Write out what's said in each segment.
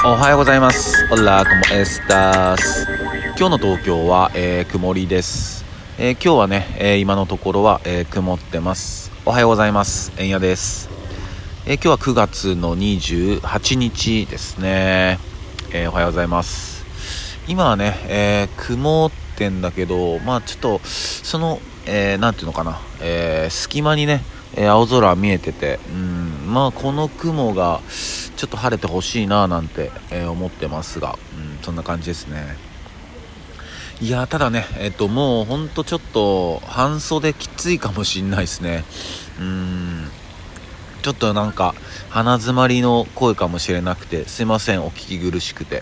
おはようございます。オラコモエスタス。今日の東京は、曇りです。今日はね、今のところは、曇ってます。おはようございます。えんやです。今日は9月の28日ですね。おはようございます。今はね、曇ってんだけど、まあちょっとその、なんていうのかな、隙間にね、青空見えてて、まあこの雲がちょっと晴れてほしいななんて、思ってますが、そんな感じですね。いやただね、もうほんとちょっと半袖きついかもしんないですね。ちょっとなんか鼻詰まりの声かもしれなくて、すいません、お聞き苦しくて。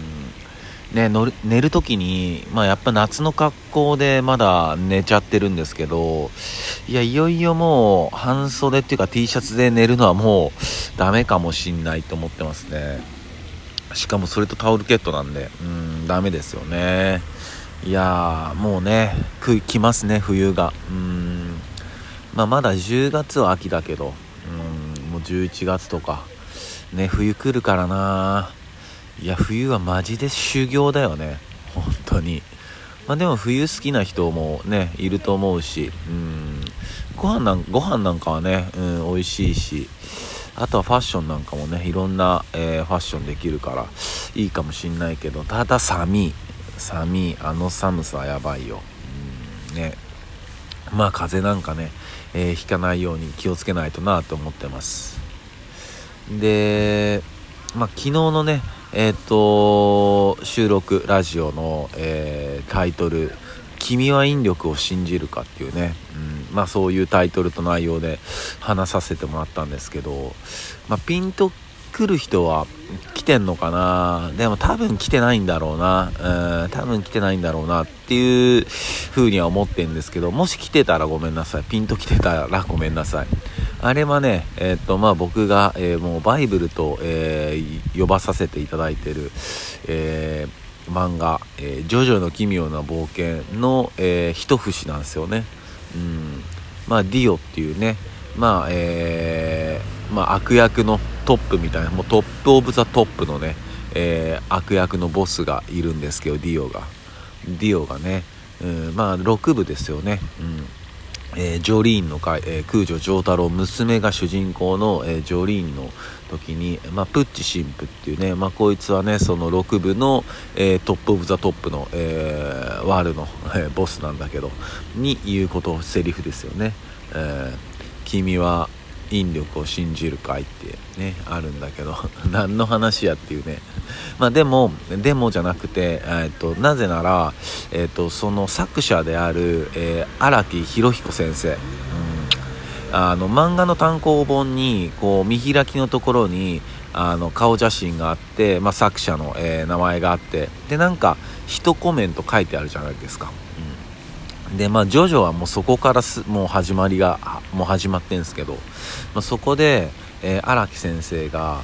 寝るときに、やっぱ夏の格好でまだ寝ちゃってるんですけど、いよいよもう半袖っていうか T シャツで寝るのはもうダメかもしんないと思ってますね。しかもそれとタオルケットなんで、ダメですよね。もうね、来ますね、冬が。まだ10月は秋だけど、もう11月とかね、冬来るからな。冬はマジで修行だよね、本当に。でも冬好きな人もねいると思うし、ご飯なんかはね、美味しいし、あとはファッションなんかもね、いろんな、ファッションできるからいいかもしんないけど、ただ寒い、あの寒さはやばいよ。ね、風邪なんかね、ひかないように気をつけないとなと思ってます。で、昨日のね収録ラジオの、タイトル、君は引力を信じるかっていうね、そういうタイトルと内容で話させてもらったんですけど、ピンと来る人は来てんのかな。でも多分来てないんだろうな、っていう風には思ってるんですけど、もし来てたらごめんなさい、ピンと来てたらごめんなさい。あれはね、僕が、もうバイブルと、呼ばさせていただいてる、漫画、ジョジョの奇妙な冒険の、一節なんですよね。ディオっていうね、悪役のトップみたいな、もうトップオブザトップのね、悪役のボスがいるんですけど、ディオがね、6部ですよね。ジョリーンの回、空女城太郎、娘が主人公の、ジョリーンの時に、プッチ神父っていうね、こいつはねその6部の、トップオブザトップの、ワールの、ボスなんだけどに言うことセリフですよね。君は引力を信じるかいってねあるんだけど何の話やっていうね。でもじゃなくて、なぜなら、その作者である、荒木博彦先生、漫画の単行本にこう見開きのところに顔写真があって、作者の、名前があって、でなんか一コメント書いてあるじゃないですか。でジョジョはもうそこからもう始まってんですけど、そこで荒木先生が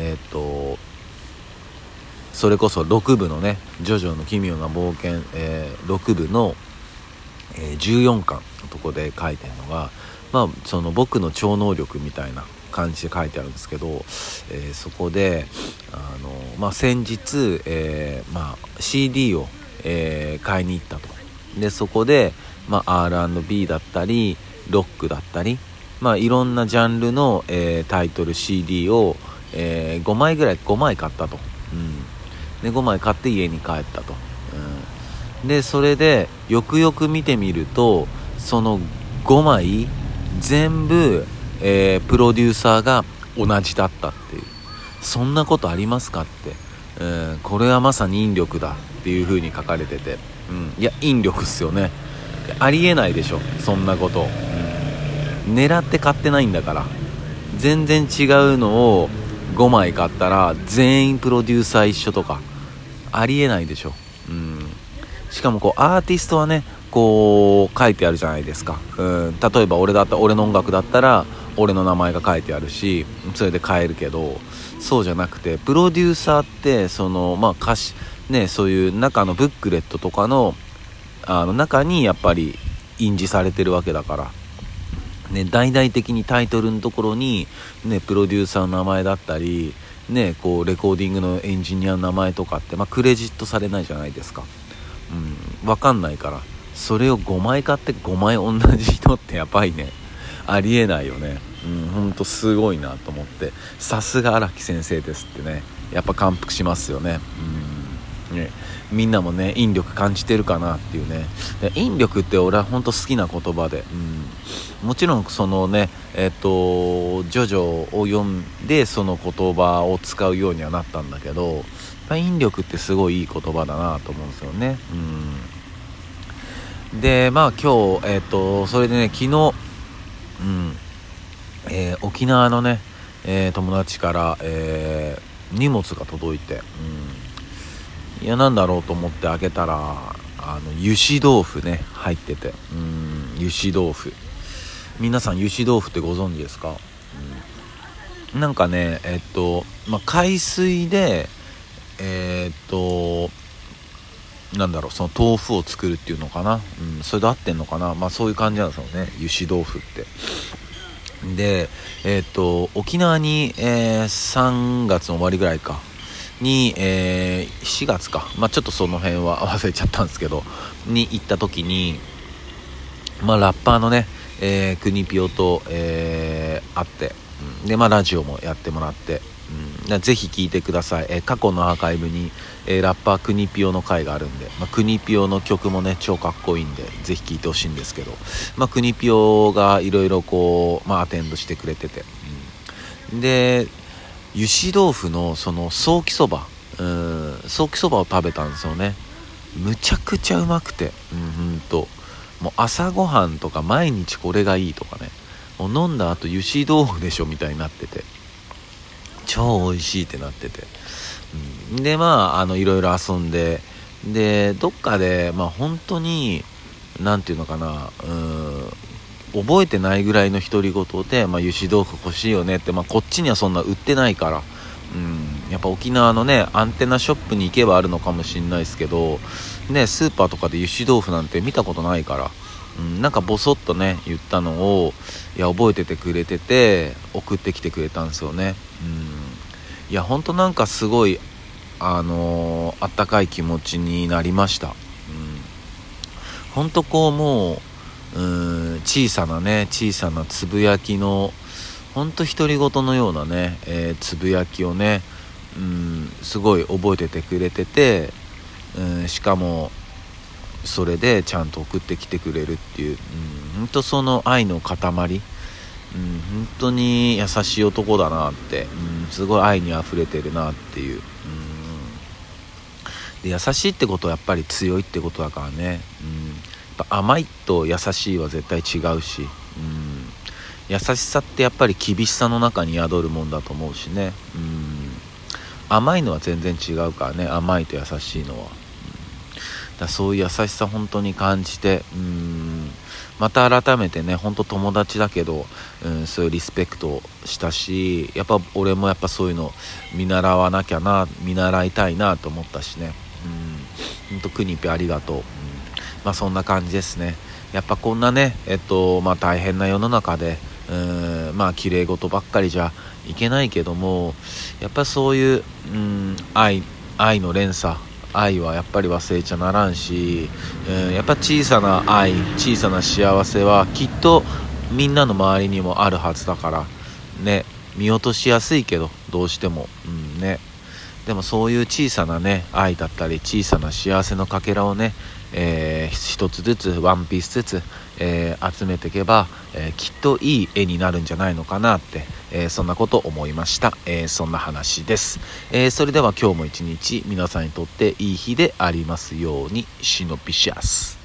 それこそ6部のねジョジョの奇妙な冒険、6部の、14巻のとこで書いてるのが、その僕の超能力みたいな感じで書いてあるんですけど、そこで先日、CD を、買いに行ったと。でそこで、R&B だったりロックだったり、いろんなジャンルの、タイトル CD を、5枚買ったと。で5枚買って家に帰ったと。でそれでよくよく見てみると、その5枚全部、プロデューサーが同じだったっていう。そんなことありますかって、これはまさに引力だっていう風に書かれてて、引力っすよね。ありえないでしょそんなこと、狙って買ってないんだから。全然違うのを5枚買ったら全員プロデューサー一緒とかありえないでしょ。しかもこうアーティストはねこう書いてあるじゃないですか。例えば俺の音楽だったら俺の名前が書いてあるし、それで買えるけど、そうじゃなくてプロデューサーってその歌詞ね、そういう中のブックレットとかの中にやっぱり印字されてるわけだからね、大々的にタイトルのところにねプロデューサーの名前だったり、 ねこうレコーディングのエンジニアの名前とかって、クレジットされないじゃないですか。分かんないから、それを5枚買って5枚同じ人ってやばいね。ありえないよね。ほんとすごいなと思って、さすが荒木先生ですってね、やっぱ感服しますよね。ね、みんなもね引力感じてるかなっていうね。で引力って俺は本当好きな言葉で、もちろんそのねジョジョを読んでその言葉を使うようにはなったんだけど、引力ってすごいいい言葉だなと思うんですよね。で今日それでね昨日沖縄のね、友達から、荷物が届いて、いやなんだろうと思って開けたら油脂豆腐ね入ってて、油脂豆腐、皆さん油脂豆腐ってご存知ですか？なんかね海水でなんだろう、その豆腐を作るっていうのかな、それで合ってんのかな、そういう感じなんですよね、油脂豆腐って。で沖縄に、3月の終わりぐらいかに、4月か、ちょっとその辺は忘れちゃったんですけどに行った時に、ラッパーのね、クニピオと、会って、でラジオもやってもらって、ぜひ聞いてください。過去のアーカイブに、ラッパークニピオの回があるんで、クニピオの曲もね超かっこいいんでぜひ聞いてほしいんですけど、クニピオがいろいろこう、アテンドしてくれてて、で油脂豆腐のそのソーキそばを食べたんですよね。むちゃくちゃうまくて、もう朝ごはんとか毎日これがいいとかね、もう飲んだ後油脂豆腐でしょみたいになってて、超美味しいってなってて、でいろいろ遊んで、でどっかで本当になんていうのかな、覚えてないぐらいの独り言で、油脂豆腐欲しいよねって、こっちにはそんな売ってないから、やっぱ沖縄のねアンテナショップに行けばあるのかもしれないですけどね、スーパーとかで油脂豆腐なんて見たことないから、なんかボソッとね言ったのを覚えててくれてて送ってきてくれたんですよね。いやほんとなんかすごいあったかい気持ちになりました。ほんとこうもう小さなつぶやきのほんと独り言のようなね、つぶやきをね、すごい覚えててくれてて、しかもそれでちゃんと送ってきてくれるっていう、ほんとその愛の塊、本当に優しい男だなって、すごい愛にあふれてるなっていう、で優しいってことはやっぱり強いってことだからね、やっぱ甘いと優しいは絶対違うし、優しさってやっぱり厳しさの中に宿るもんだと思うしね、甘いのは全然違うからね、甘いと優しいのは、だそういう優しさ本当に感じて、また改めてね本当友達だけど、そういうリスペクトしたし、やっぱ俺もやっぱそういうの見習いたいなと思ったしね、本当クニピありがとう、そんな感じですね。やっぱこんなね大変な世の中で綺麗事ばっかりじゃいけないけども、やっぱそういう、愛の連鎖、愛はやっぱり忘れちゃならんし、やっぱ小さな愛、小さな幸せはきっとみんなの周りにもあるはずだからね、見落としやすいけどどうしても、でもそういう小さなね愛だったり小さな幸せのかけらをね、一つずつワンピースずつ、集めていけば、きっといい絵になるんじゃないのかなって、そんなこと思いました。そんな話です。それでは今日も一日皆さんにとっていい日でありますように。シノピシャス。